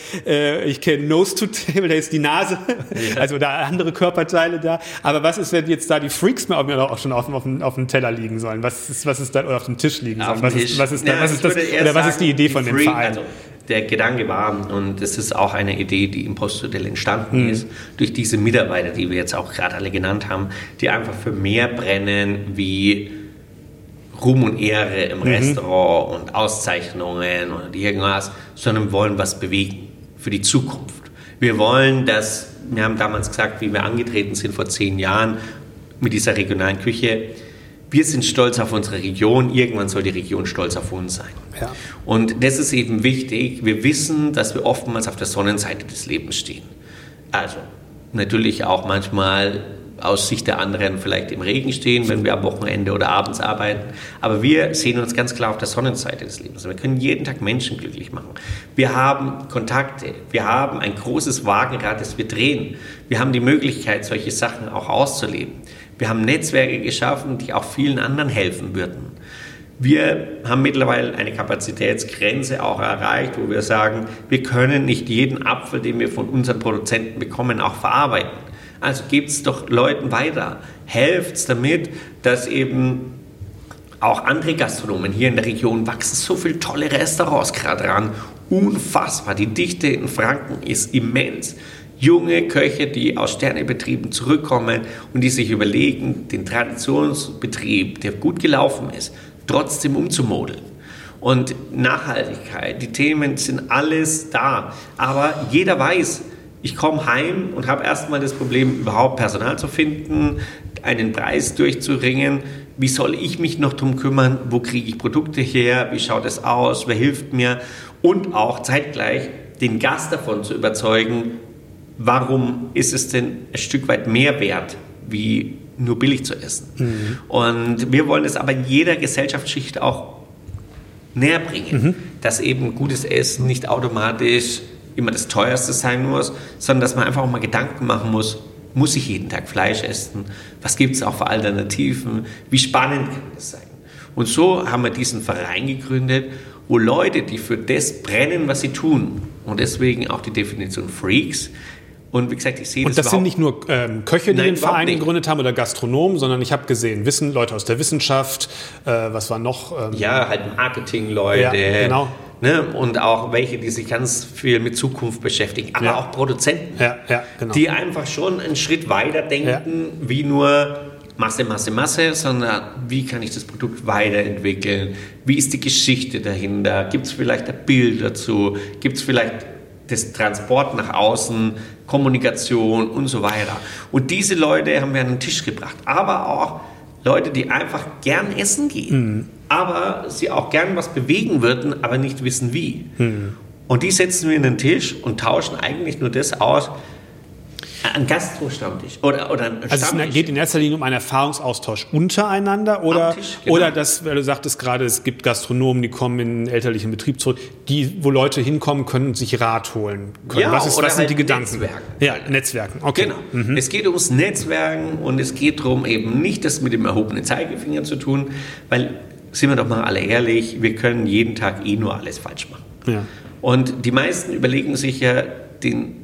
Ich kenne Nose to Table, da ist die Nase. Also da andere Körperteile da. Aber was ist, wenn jetzt da die Freaks mehr auch schon auf dem Teller liegen sollen? Was ist da, oder auf dem Tisch liegen sollen? Was ist die Idee von dem Verein? Also der Gedanke war, und es ist auch eine Idee, die im Posthotel entstanden ist, durch diese Mitarbeiter, die wir jetzt auch gerade alle genannt haben, die einfach für mehr brennen wie Ruhm und Ehre im Restaurant und Auszeichnungen oder irgendwas, sondern wollen was bewegen für die Zukunft. Wir wollen, wir haben damals gesagt, wie wir angetreten sind vor 10 Jahren mit dieser regionalen Küche, wir sind stolz auf unsere Region, irgendwann soll die Region stolz auf uns sein. Ja. Und das ist eben wichtig. Wir wissen, dass wir oftmals auf der Sonnenseite des Lebens stehen. Also natürlich auch manchmal aus Sicht der anderen vielleicht im Regen stehen, wenn wir am Wochenende oder abends arbeiten. Aber wir sehen uns ganz klar auf der Sonnenseite des Lebens. Wir können jeden Tag Menschen glücklich machen. Wir haben Kontakte. Wir haben ein großes Wagenrad, das wir drehen. Wir haben die Möglichkeit, solche Sachen auch auszuleben. Wir haben Netzwerke geschaffen, die auch vielen anderen helfen würden. Wir haben mittlerweile eine Kapazitätsgrenze auch erreicht, wo wir sagen, wir können nicht jeden Apfel, den wir von unseren Produzenten bekommen, auch verarbeiten. Also gebt es doch Leuten weiter. Helft damit, dass eben auch andere Gastronomen hier in der Region wachsen. So viele tolle Restaurants gerade ran. Unfassbar. Die Dichte in Franken ist immens. Junge Köche, die aus Sternebetrieben zurückkommen und die sich überlegen, den Traditionsbetrieb, der gut gelaufen ist, trotzdem umzumodeln. Und Nachhaltigkeit, die Themen sind alles da. Aber jeder weiß, ich komme heim und habe erstmal das Problem, überhaupt Personal zu finden, einen Preis durchzuringen. Wie soll ich mich noch darum kümmern? Wo kriege ich Produkte her? Wie schaut es aus? Wer hilft mir? Und auch zeitgleich den Gast davon zu überzeugen, warum ist es denn ein Stück weit mehr wert, wie nur billig zu essen. Und wir wollen es aber in jeder Gesellschaftsschicht auch näher bringen, dass eben gutes Essen nicht automatisch immer das Teuerste sein muss, sondern dass man einfach auch mal Gedanken machen muss ich jeden Tag Fleisch essen? Was gibt es auch für Alternativen? Wie spannend kann das sein? Und so haben wir diesen Verein gegründet, wo Leute, die für das brennen, was sie tun, und deswegen auch die Definition Freaks. Und wie gesagt, ich sehe das. Und das sind nicht nur Köche, die den Verein gegründet haben oder Gastronomen, sondern ich habe gesehen, Leute aus der Wissenschaft, was war noch? Ja, halt Marketingleute. Ja, genau. Ne? Und auch welche, die sich ganz viel mit Zukunft beschäftigen, aber auch Produzenten, genau. Die einfach schon einen Schritt weiter denken, wie nur Masse, sondern wie kann ich das Produkt weiterentwickeln? Wie ist die Geschichte dahinter? Gibt es vielleicht ein Bild dazu? Gibt es vielleicht das Transport nach außen, Kommunikation und so weiter. Und diese Leute haben wir an den Tisch gebracht. Aber auch Leute, die einfach gern essen gehen, aber sie auch gern was bewegen würden, aber nicht wissen wie. Und die setzen wir in den Tisch und tauschen eigentlich nur das aus, ein Gastro-Stammtisch oder ein Stammtisch. Also es geht in erster Linie um einen Erfahrungsaustausch untereinander oder, Tisch, genau. Oder das, weil du sagtest gerade, es gibt Gastronomen, die kommen in einen elterlichen Betrieb zurück, wo Leute hinkommen können und sich Rat holen können. Ja, was sind halt die Gedanken? Netzwerken. Ja, Netzwerken, okay. Genau. Es geht ums Netzwerken und es geht darum, eben nicht das mit dem erhobenen Zeigefinger zu tun, weil, sind wir doch mal alle ehrlich, wir können jeden Tag nur alles falsch machen. Ja. Und die meisten überlegen sich ja, den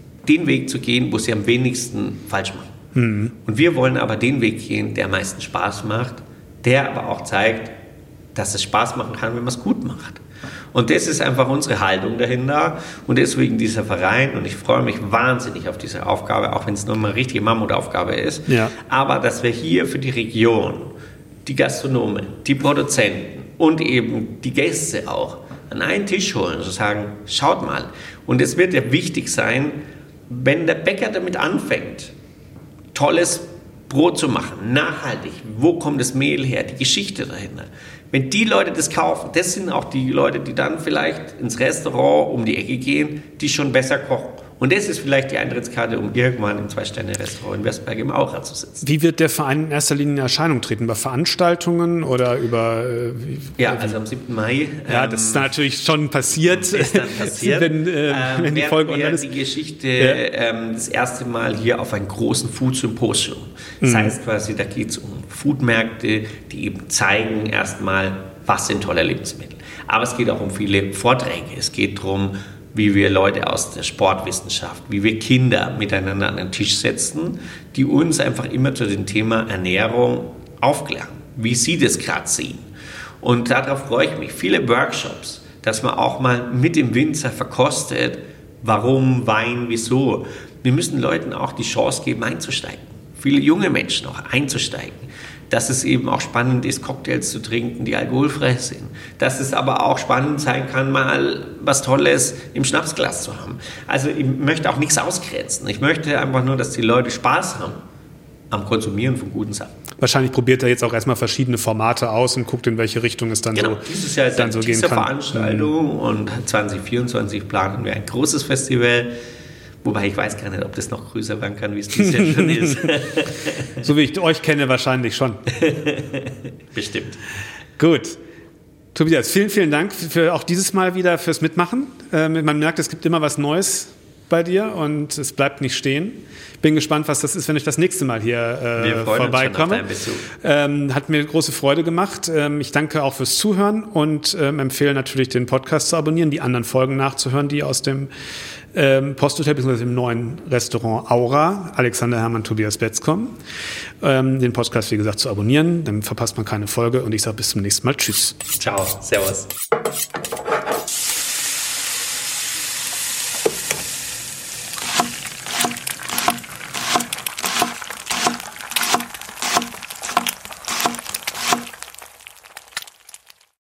Weg zu gehen, wo sie am wenigsten falsch machen. Und wir wollen aber den Weg gehen, der am meisten Spaß macht, der aber auch zeigt, dass es Spaß machen kann, wenn man es gut macht. Und das ist einfach unsere Haltung dahinter und deswegen dieser Verein und ich freue mich wahnsinnig auf diese Aufgabe, auch wenn es nur mal eine richtige Mammutaufgabe ist, aber dass wir hier für die Region, die Gastronomen, die Produzenten und eben die Gäste auch an einen Tisch holen und sagen, schaut mal. Und es wird ja wichtig sein, wenn der Bäcker damit anfängt, tolles Brot zu machen, nachhaltig, wo kommt das Mehl her, die Geschichte dahinter. Wenn die Leute das kaufen, das sind auch die Leute, die dann vielleicht ins Restaurant um die Ecke gehen, die schon besser kochen. Und das ist vielleicht die Eintrittskarte, um irgendwann im 2-Sterne-Restaurant in Westberg im Aura zu sitzen. Wie wird der Verein in erster Linie in Erscheinung treten? Bei Veranstaltungen oder über... also am 7. Mai. Ja, das ist dann natürlich schon passiert. Ist dann passiert. wenn die Folge online ist. Die Geschichte das erste Mal hier auf einem großen Food-Symposium. Das heißt quasi, da geht es um Foodmärkte, die eben zeigen erstmal, was sind tolle Lebensmittel. Aber es geht auch um viele Vorträge. Es geht darum, wie wir Leute aus der Sportwissenschaft, wie wir Kinder miteinander an den Tisch setzen, die uns einfach immer zu dem Thema Ernährung aufklären, wie sie das gerade sehen. Und darauf freue ich mich. Viele Workshops, dass man auch mal mit dem Winzer verkostet, warum, Wein, wieso. Wir müssen Leuten auch die Chance geben, einzusteigen. Viele junge Menschen auch einzusteigen. Dass es eben auch spannend ist, Cocktails zu trinken, die alkoholfrei sind. Dass es aber auch spannend sein kann, mal was Tolles im Schnapsglas zu haben. Also ich möchte auch nichts ausgrenzen. Ich möchte einfach nur, dass die Leute Spaß haben am Konsumieren von guten Sachen. Wahrscheinlich probiert er jetzt auch erstmal verschiedene Formate aus und guckt, in welche Richtung es dann dieses Jahr ist dann so gehen kann. Veranstaltung und 2024 planen wir ein großes Festival. Wobei ich weiß gar nicht, ob das noch größer werden kann, wie es dieses Jahr schon ist. So wie ich euch kenne, wahrscheinlich schon. Bestimmt. Gut. Tobias, vielen, vielen Dank für auch dieses Mal wieder fürs Mitmachen. Man merkt, es gibt immer was Neues bei dir und es bleibt nicht stehen. Bin gespannt, was das ist, wenn ich das nächste Mal hier vorbeikomme. Hat mir große Freude gemacht. Ich danke auch fürs Zuhören und empfehle natürlich, den Podcast zu abonnieren, die anderen Folgen nachzuhören, die aus dem Posthotel bzw. im neuen Restaurant Aura, Alexander Hermann, Tobias Betz kommen. Den Podcast, wie gesagt, zu abonnieren, dann verpasst man keine Folge und ich sage bis zum nächsten Mal. Tschüss. Ciao, servus.